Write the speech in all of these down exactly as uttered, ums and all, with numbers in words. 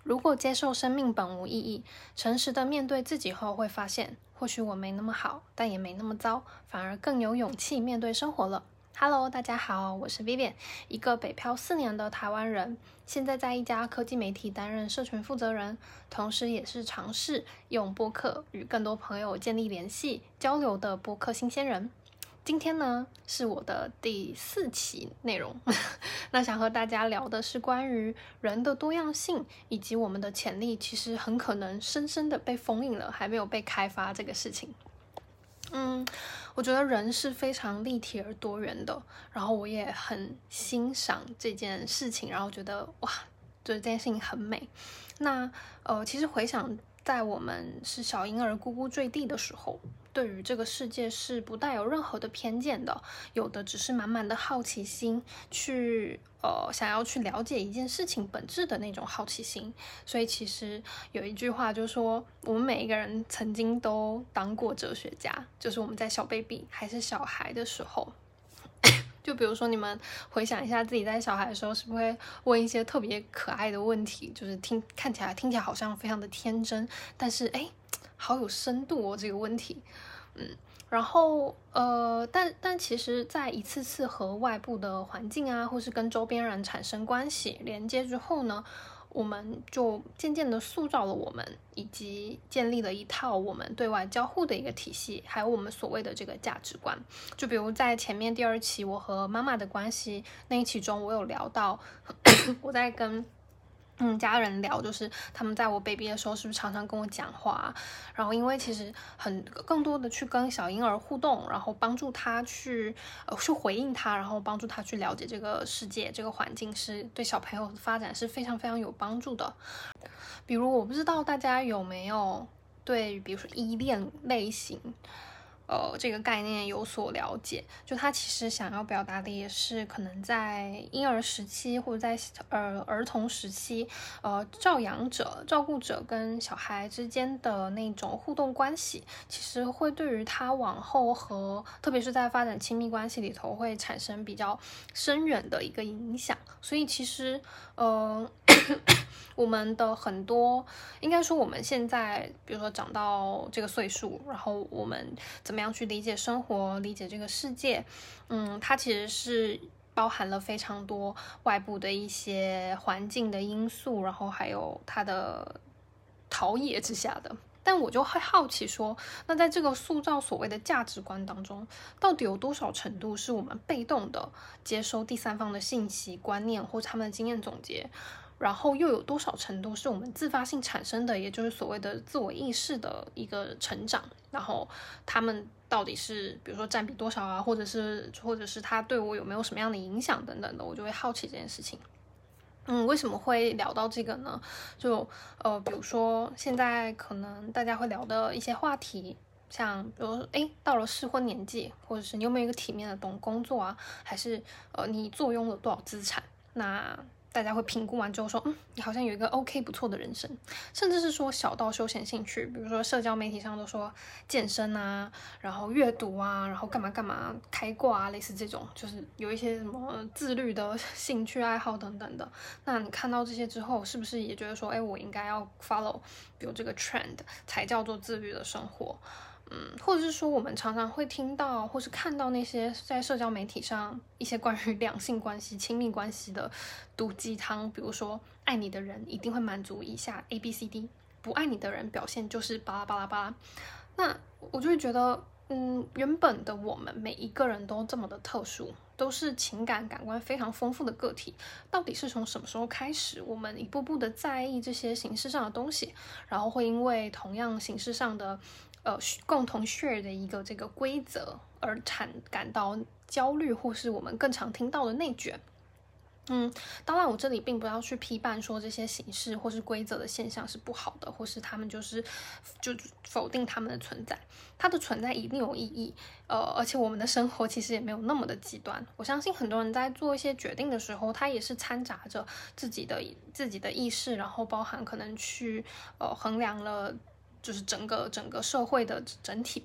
如果接受生命本无意义，诚实的面对自己后，会发现或许我没那么好，但也没那么糟，反而更有勇气面对生活了。Hello， 大家好，我是 Vivian， 一个北漂四年的台湾人，现在在一家科技媒体担任社群负责人，同时也是尝试用播客与更多朋友建立联系、交流的播客新鲜人。今天呢是我的第四期内容，那想和大家聊的是关于人的多样性以及我们的潜力其实很可能深深的被封印了，还没有被开发这个事情。嗯，我觉得人是非常立体而多元的，然后我也很欣赏这件事情，然后觉得哇，对这件事情很美。那呃，其实回想在我们是小婴儿咕咕坠地的时候，对于这个世界是不带有任何的偏见的，有的只是满满的好奇心，去呃想要去了解一件事情本质的那种好奇心。所以其实有一句话就说，我们每一个人曾经都当过哲学家，就是我们在小 baby 还是小孩的时候。就比如说你们回想一下自己在小孩的时候，是不是会问一些特别可爱的问题，就是听看起来听起来好像非常的天真，但是哎，好有深度哦这个问题。嗯，然后呃，但但其实在一次次和外部的环境啊，或是跟周边人产生关系连接之后呢，我们就渐渐的塑造了我们，以及建立了一套我们对外交互的一个体系，还有我们所谓的这个价值观。就比如在前面第二期我和妈妈的关系那一期中，我有聊到我在跟嗯，家人聊，就是他们在我 baby 的时候是不是常常跟我讲话啊，然后因为其实很更多的去跟小婴儿互动，然后帮助他去呃去回应他，然后帮助他去了解这个世界这个环境，是对小朋友的发展是非常非常有帮助的。比如我不知道大家有没有对比如说依恋类型呃，这个概念有所了解，就他其实想要表达的也是可能在婴儿时期或者在呃儿童时期，呃，照养者、照顾者跟小孩之间的那种互动关系，其实会对于他往后和特别是在发展亲密关系里头会产生比较深远的一个影响。所以其实呃。我们的很多，应该说我们现在，比如说长到这个岁数，然后我们怎么样去理解生活、理解这个世界，嗯，它其实是包含了非常多外部的一些环境的因素，然后还有它的陶冶之下的。但我就会好奇说，那在这个塑造所谓的价值观当中，到底有多少程度是我们被动的接收第三方的信息、观念或他们的经验总结？然后又有多少程度是我们自发性产生的，也就是所谓的自我意识的一个成长，然后他们到底是比如说占比多少啊，或者是或者是他对我有没有什么样的影响等等的，我就会好奇这件事情。嗯，为什么会聊到这个呢？就呃，比如说现在可能大家会聊的一些话题，像比如说，哎，到了适婚年纪，或者是你有没有一个体面的工工作啊，还是呃你坐拥了多少资产？那大家会评估完之后说，嗯，你好像有一个 OK 不错的人生，甚至是说小到休闲兴趣，比如说社交媒体上都说健身啊，然后阅读啊，然后干嘛干嘛开挂啊，类似这种，就是有一些什么自律的兴趣爱好等等的。那你看到这些之后，是不是也觉得说，哎，我应该要 follow 比如这个 trend 才叫做自律的生活？嗯，或者是说我们常常会听到或是看到那些在社交媒体上一些关于两性关系、亲密关系的毒鸡汤，比如说爱你的人一定会满足以下 A B C D， 不爱你的人表现就是巴拉巴拉巴拉。那我就会觉得，嗯，原本的我们每一个人都这么的特殊，都是情感感官非常丰富的个体，到底是从什么时候开始，我们一步步的在意这些形式上的东西，然后会因为同样形式上的呃，共同 share 的一个这个规则而产感到焦虑，或是我们更常听到的内卷。嗯，当然我这里并不要去批判说这些形式或是规则的现象是不好的，或是他们就是就否定他们的存在，它的存在一定有意义。呃，而且我们的生活其实也没有那么的极端。我相信很多人在做一些决定的时候，他也是掺杂着自己的自己的意识，然后包含可能去呃衡量了。就是整个整个社会的整体吧，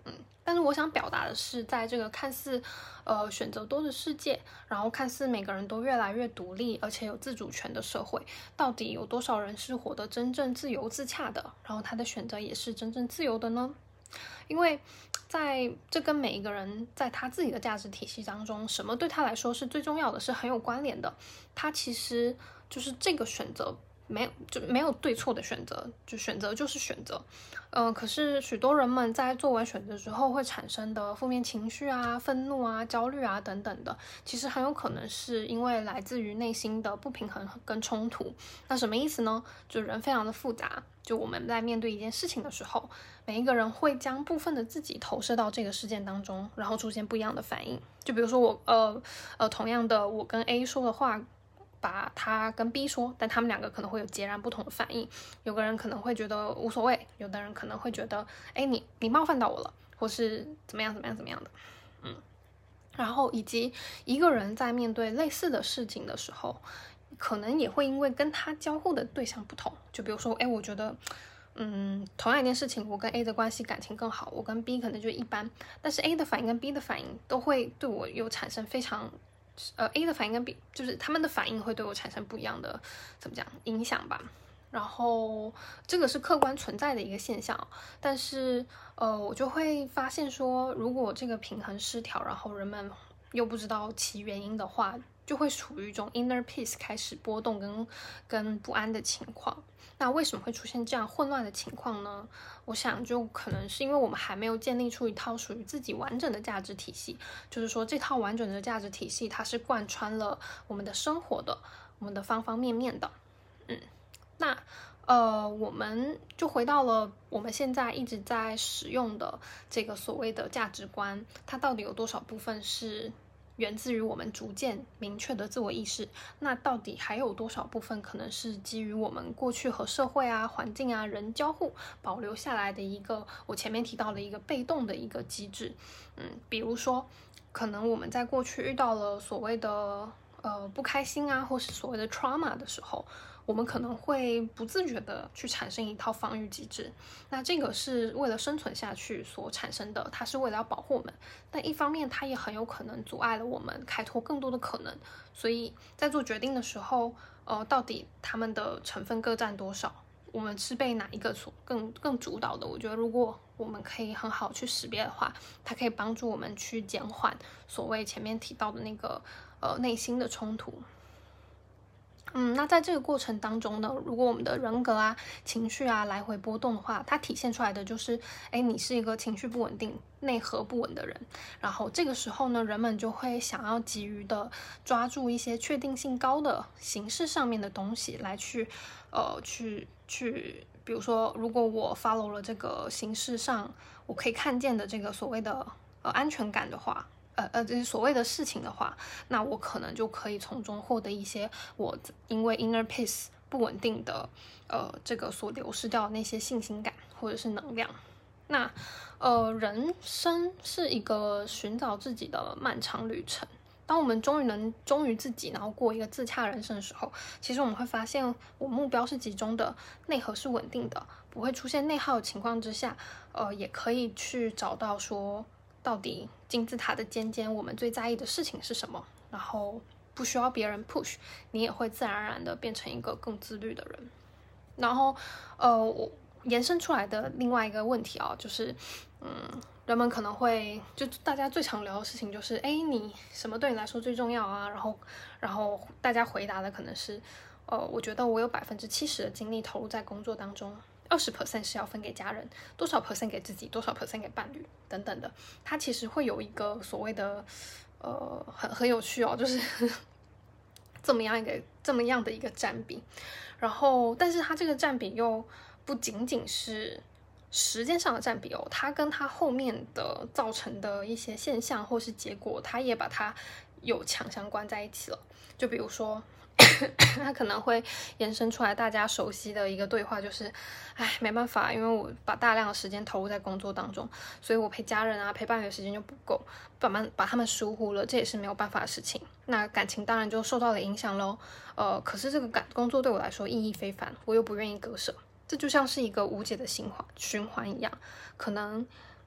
但是我想表达的是，在这个看似呃选择多的世界，然后看似每个人都越来越独立，而且有自主权的社会，到底有多少人是活得真正自由自洽的？然后他的选择也是真正自由的呢？因为在这跟每一个人在他自己的价值体系当中，什么对他来说是最重要的，是很有关联的。他其实就是这个选择。没有就没有对错的选择，就选择就是选择。呃，可是许多人们在做完选择之后会产生的负面情绪啊、愤怒啊、焦虑啊等等的，其实很有可能是因为来自于内心的不平衡跟冲突。那什么意思呢？就人非常的复杂，就我们在面对一件事情的时候，每一个人会将部分的自己投射到这个事件当中，然后出现不一样的反应。就比如说我呃呃，同样的我跟 A 说的话。把他跟 B 说，但他们两个可能会有截然不同的反应。有个人可能会觉得无所谓，有的人可能会觉得，哎，你你冒犯到我了，或是怎么样怎么样怎么样的，嗯。然后以及一个人在面对类似的事情的时候，可能也会因为跟他交互的对象不同，就比如说，哎，我觉得，嗯，同样一件事情，我跟 A 的关系感情更好，我跟 B 可能就一般，但是 A 的反应跟 B 的反应都会对我有产生非常。呃 ，A 的反应跟 B 就是他们的反应会对我产生不一样的怎么讲影响吧。然后这个是客观存在的一个现象，但是呃，我就会发现说，如果这个平衡失调，然后人们又不知道其原因的话，就会处于一种 inner peace 开始波动跟跟不安的情况。那为什么会出现这样混乱的情况呢？我想就可能是因为我们还没有建立出一套属于自己完整的价值体系，就是说这套完整的价值体系它是贯穿了我们的生活的，我们的方方面面的。嗯，那呃，我们就回到了我们现在一直在使用的这个所谓的价值观，它到底有多少部分是源自于我们逐渐明确的自我意识，那到底还有多少部分可能是基于我们过去和社会啊、环境啊、人交互保留下来的一个我前面提到的一个被动的一个机制。嗯，比如说可能我们在过去遇到了所谓的呃不开心啊，或是所谓的 trauma 的时候，我们可能会不自觉的去产生一套防御机制，那这个是为了生存下去所产生的，它是为了要保护我们，但一方面它也很有可能阻碍了我们开拓更多的可能，所以在做决定的时候，呃，到底它们的成分各占多少，我们是被哪一个所更更主导的？我觉得如果我们可以很好去识别的话，它可以帮助我们去减缓所谓前面提到的那个呃内心的冲突。嗯，那在这个过程当中呢，如果我们的人格啊、情绪啊来回波动的话，它体现出来的就是，哎，你是一个情绪不稳定、内核不稳的人。然后这个时候呢，人们就会想要急于的抓住一些确定性高的形式上面的东西来去，呃，去去，比如说，如果我 follow 了这个形式上我可以看见的这个所谓的呃安全感的话。呃呃，这些所谓的事情的话，那我可能就可以从中获得一些我因为 inner peace 不稳定的呃这个所流失掉的那些信心感或者是能量。那呃，人生是一个寻找自己的漫长旅程。当我们终于能忠于自己，然后过一个自洽人生的时候，其实我们会发现，我目标是集中的，内核是稳定的，不会出现内耗的情况之下，呃，也可以去找到说。到底金字塔的尖尖，我们最在意的事情是什么？然后不需要别人 push， 你也会自然而然的变成一个更自律的人。然后，呃，我延伸出来的另外一个问题啊，就是，嗯，人们可能会就大家最常聊的事情就是，哎，你什么对你来说最重要啊？然后，然后大家回答的可能是，呃，我觉得我有百分之七十的精力投入在工作当中。二十 percent 是要分给家人，多少 percent 给自己，多少 percent 给伴侣等等的，它其实会有一个所谓的呃很很有趣哦，就是这么样一个这么样的一个占比，然后但是它这个占比又不仅仅是时间上的占比哦，它跟它后面的造成的一些现象或是结果，它也把它有强相关在一起了，就比如说。它可能会延伸出来大家熟悉的一个对话，就是哎，没办法，因为我把大量的时间投入在工作当中，所以我陪家人啊陪伴的时间就不够，把慢把他们疏忽了，这也是没有办法的事情。那感情当然就受到了影响咯。呃，可是这个感工作对我来说意义非凡，我又不愿意割舍，这就像是一个无解的循环循环一样。可能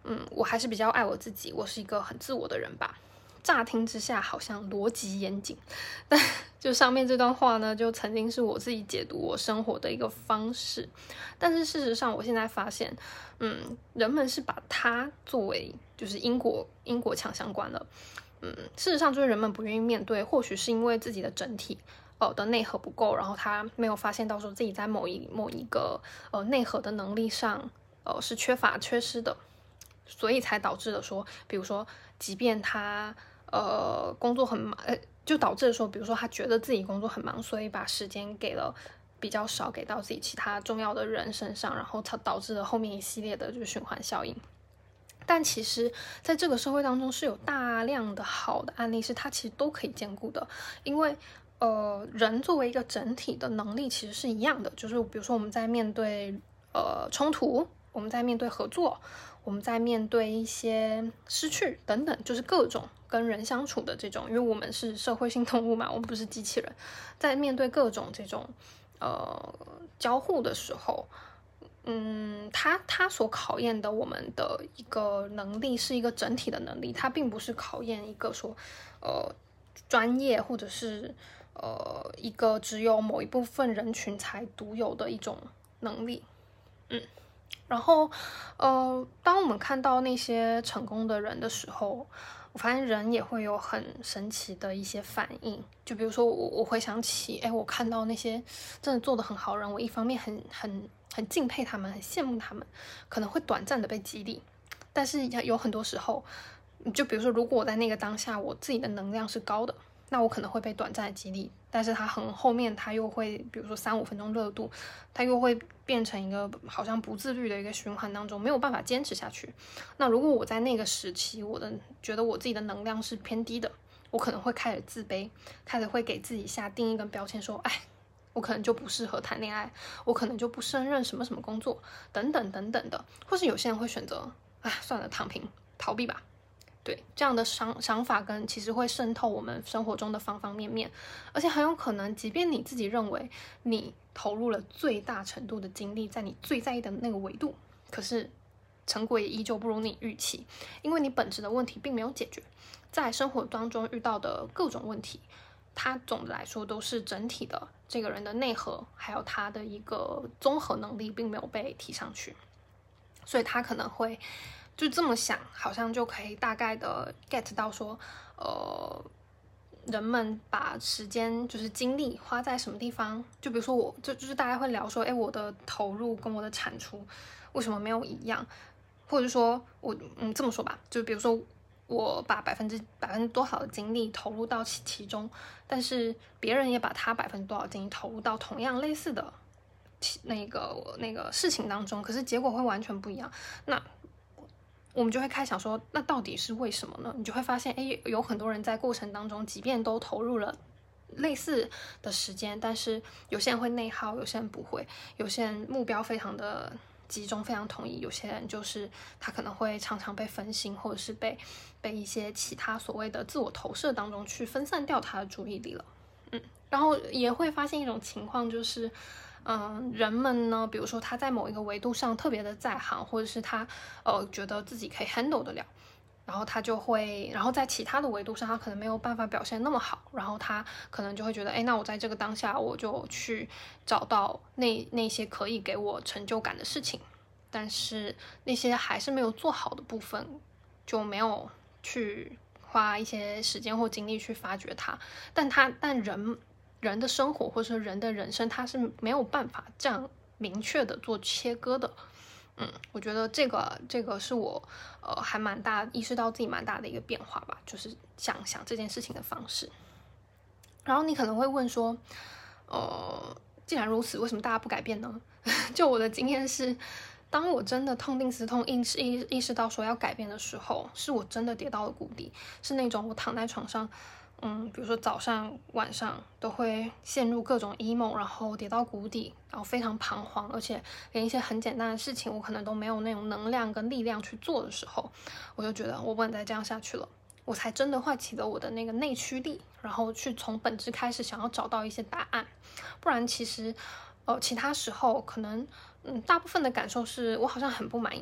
嗯，我还是比较爱我自己，我是一个很自我的人吧。乍听之下好像逻辑严谨，但就上面这段话呢，就曾经是我自己解读我生活的一个方式。但是事实上，我现在发现，嗯，人们是把它作为就是因果因果强相关了。嗯，事实上就是人们不愿意面对，或许是因为自己的整体呃的内核不够，然后他没有发现到说自己在某一某一个呃内核的能力上呃是缺乏缺失的，所以才导致了说，比如说，即便他呃工作很忙，呃就导致了说，比如说他觉得自己工作很忙，所以把时间给了比较少给到自己其他重要的人身上，然后才导致了后面一系列的就是循环效应。但其实在这个社会当中是有大量的好的案例，是它其实都可以兼顾的，因为呃人作为一个整体的能力其实是一样的，就是比如说我们在面对呃冲突，我们在面对合作，我们在面对一些失去等等，就是各种跟人相处的这种，因为我们是社会性动物嘛，我们不是机器人，在面对各种这种呃交互的时候，嗯，它它所考验的我们的一个能力是一个整体的能力，它并不是考验一个说呃专业或者是呃一个只有某一部分人群才独有的一种能力，嗯。然后，呃，当我们看到那些成功的人的时候，我发现人也会有很神奇的一些反应。就比如说我，我回想起，哎，我看到那些真的做得很好的人，我一方面很很很敬佩他们，很羡慕他们，可能会短暂的被激励，但是有很多时候，就比如说，如果我在那个当下，我自己的能量是高的，那我可能会被短暂的激励，但是它很后面，它又会，比如说三五分钟热度，它又会变成一个好像不自律的一个循环当中，没有办法坚持下去。那如果我在那个时期，我的觉得我自己的能量是偏低的，我可能会开始自卑，开始会给自己下定义跟标签，说，哎，我可能就不适合谈恋爱，我可能就不胜任什么什么工作，等等等等的。或是有些人会选择，哎，算了，躺平，逃避吧。对，这样的想想法跟其实会渗透我们生活中的方方面面，而且很有可能，即便你自己认为你投入了最大程度的精力在你最在意的那个维度，可是成果也依旧不如你预期，因为你本质的问题并没有解决，在生活当中遇到的各种问题，它总的来说都是整体的这个人的内核，还有他的一个综合能力并没有被提上去，所以他可能会。就这么想，好像就可以大概的 get 到说，呃，人们把时间就是精力花在什么地方？就比如说我，就就是大家会聊说，哎，我的投入跟我的产出为什么没有一样？或者说我，嗯，这么说吧，就比如说我把百分之百分之多少的精力投入到其其中，但是别人也把他百分之多少精力投入到同样类似的那个那个事情当中，可是结果会完全不一样。那我们就会开始想说，那到底是为什么呢？你就会发现，哎，有很多人在过程当中，即便都投入了类似的时间，但是有些人会内耗，有些人不会，有些人目标非常的集中，非常统一，有些人就是他可能会常常被分心，或者是被被一些其他所谓的自我投射当中去分散掉他的注意力了。嗯，然后也会发现一种情况就是。嗯，人们呢，比如说他在某一个维度上特别的在行，或者是他呃觉得自己可以 handle 得了，然后他就会，然后在其他的维度上他可能没有办法表现那么好，然后他可能就会觉得，哎，那我在这个当下我就去找到那那些可以给我成就感的事情，但是那些还是没有做好的部分就没有去花一些时间或精力去发掘它，但他但人。人的生活或者人的人生，他是没有办法这样明确的做切割的。嗯，我觉得这个这个是我呃还蛮大意识到自己蛮大的一个变化吧，就是想想这件事情的方式。然后你可能会问说，呃，既然如此，为什么大家不改变呢？就我的经验是，当我真的痛定思痛，意识意意识到说要改变的时候，是我真的跌到了谷底，是那种我躺在床上。嗯，比如说早上、晚上都会陷入各种 emo， 然后跌到谷底，然后非常彷徨，而且连一些很简单的事情我可能都没有那种能量跟力量去做的时候，我就觉得我不能再这样下去了，我才真的唤起了我的那个内驱力，然后去从本质开始想要找到一些答案，不然其实，呃，其他时候可能，嗯，大部分的感受是我好像很不满意。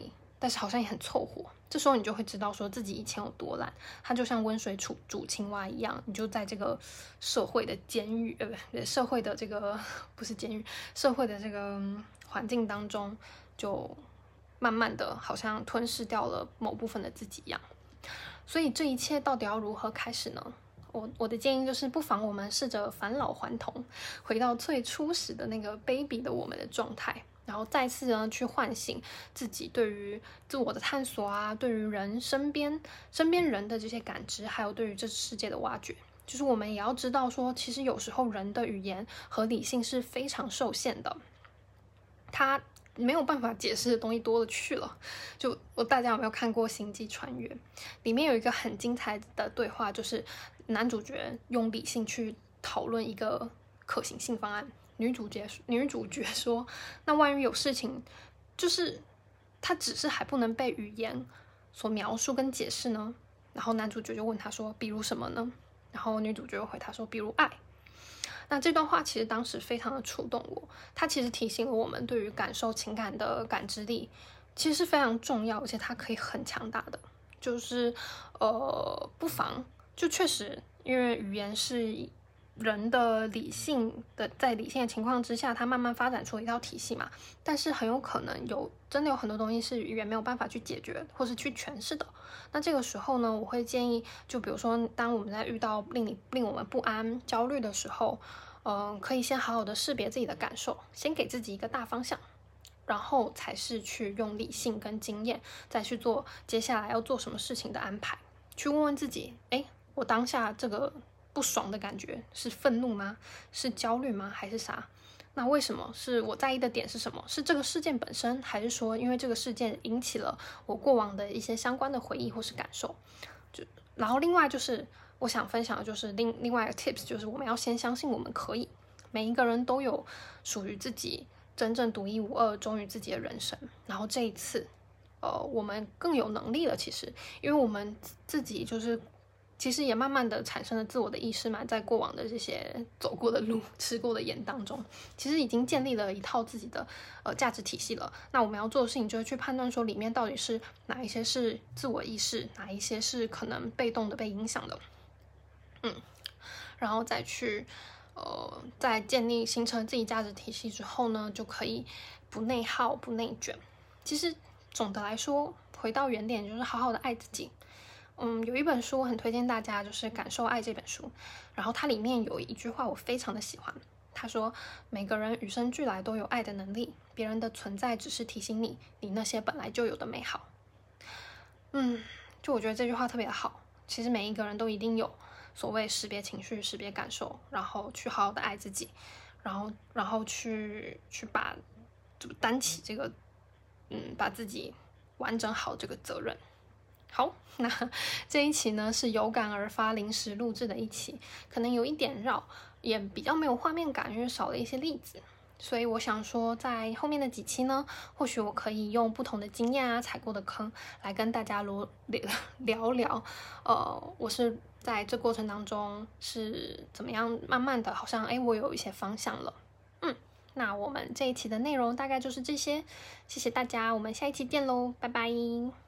但是好像也很凑合。这时候你就会知道说自己以前有多懒，它就像温水煮煮青蛙一样，你就在这个社会的监狱，呃，不，社会的这个不是监狱，社会的这个环境当中，就慢慢的好像吞噬掉了某部分的自己一样。所以这一切到底要如何开始呢？我我的建议就是，不妨我们试着返老还童，回到最初始的那个 baby 的我们的状态。然后再次呢，去唤醒自己对于自我的探索啊，对于人身边身边人的这些感知，还有对于这世界的挖掘。就是我们也要知道说，其实有时候人的语言和理性是非常受限的，它没有办法解释的东西多了去了。就我大家有没有看过《星际穿越》？里面有一个很精彩的对话，就是男主角用理性去讨论一个可行性方案。女主角女主角说：“那万一有事情，就是它只是还不能被语言所描述跟解释呢？”然后男主角就问他说：“比如什么呢？”然后女主角又回他说：“比如爱。”那这段话其实当时非常的触动我，它其实提醒了我们对于感受情感的感知力其实是非常重要，而且它可以很强大的。就是呃，不妨就确实，因为语言是人的理性的，在理性的情况之下，它慢慢发展出一套体系嘛。但是很有可能有真的有很多东西是语言没有办法去解决或是去诠释的。那这个时候呢，我会建议，就比如说，当我们在遇到令你令我们不安、焦虑的时候，嗯、呃，可以先好好的识别自己的感受，先给自己一个大方向，然后才是去用理性跟经验，再去做接下来要做什么事情的安排。去问问自己，哎，我当下这个不爽的感觉是愤怒吗？是焦虑吗？还是啥？那为什么？是我在意的点是什么？是这个事件本身，还是说因为这个事件引起了我过往的一些相关的回忆或是感受？就然后另外就是我想分享的就是另另外一个 tips， 就是我们要先相信我们可以，每一个人都有属于自己真正独一无二、忠于自己的人生。然后这一次，呃，我们更有能力了，其实，因为我们自己就是。其实也慢慢的产生了自我的意识嘛，在过往的这些走过的路、吃过的盐当中，其实已经建立了一套自己的呃价值体系了。那我们要做的事情就是去判断说里面到底是哪一些是自我意识，哪一些是可能被动的被影响的，嗯，然后再去呃在建立形成自己价值体系之后呢，就可以不内耗、不内卷。其实总的来说，回到原点就是好好的爱自己。嗯，有一本书我很推荐大家，就是《感受爱》这本书。然后它里面有一句话我非常的喜欢，他说：“每个人与生俱来都有爱的能力，别人的存在只是提醒你，你那些本来就有的美好。”嗯，就我觉得这句话特别好。其实每一个人都一定有所谓识别情绪、识别感受，然后去好好的爱自己，然后然后去去把就担起这个嗯把自己完整好这个责任。好，那这一期呢是有感而发临时录制的一期，可能有一点绕，也比较没有画面感，因为少了一些例子。所以我想说，在后面的几期呢，或许我可以用不同的经验啊、踩过的坑来跟大家聊聊聊，呃，我是在这过程当中是怎么样慢慢的，好像哎，我有一些方向了。嗯，那我们这一期的内容大概就是这些，谢谢大家，我们下一期见喽，拜拜。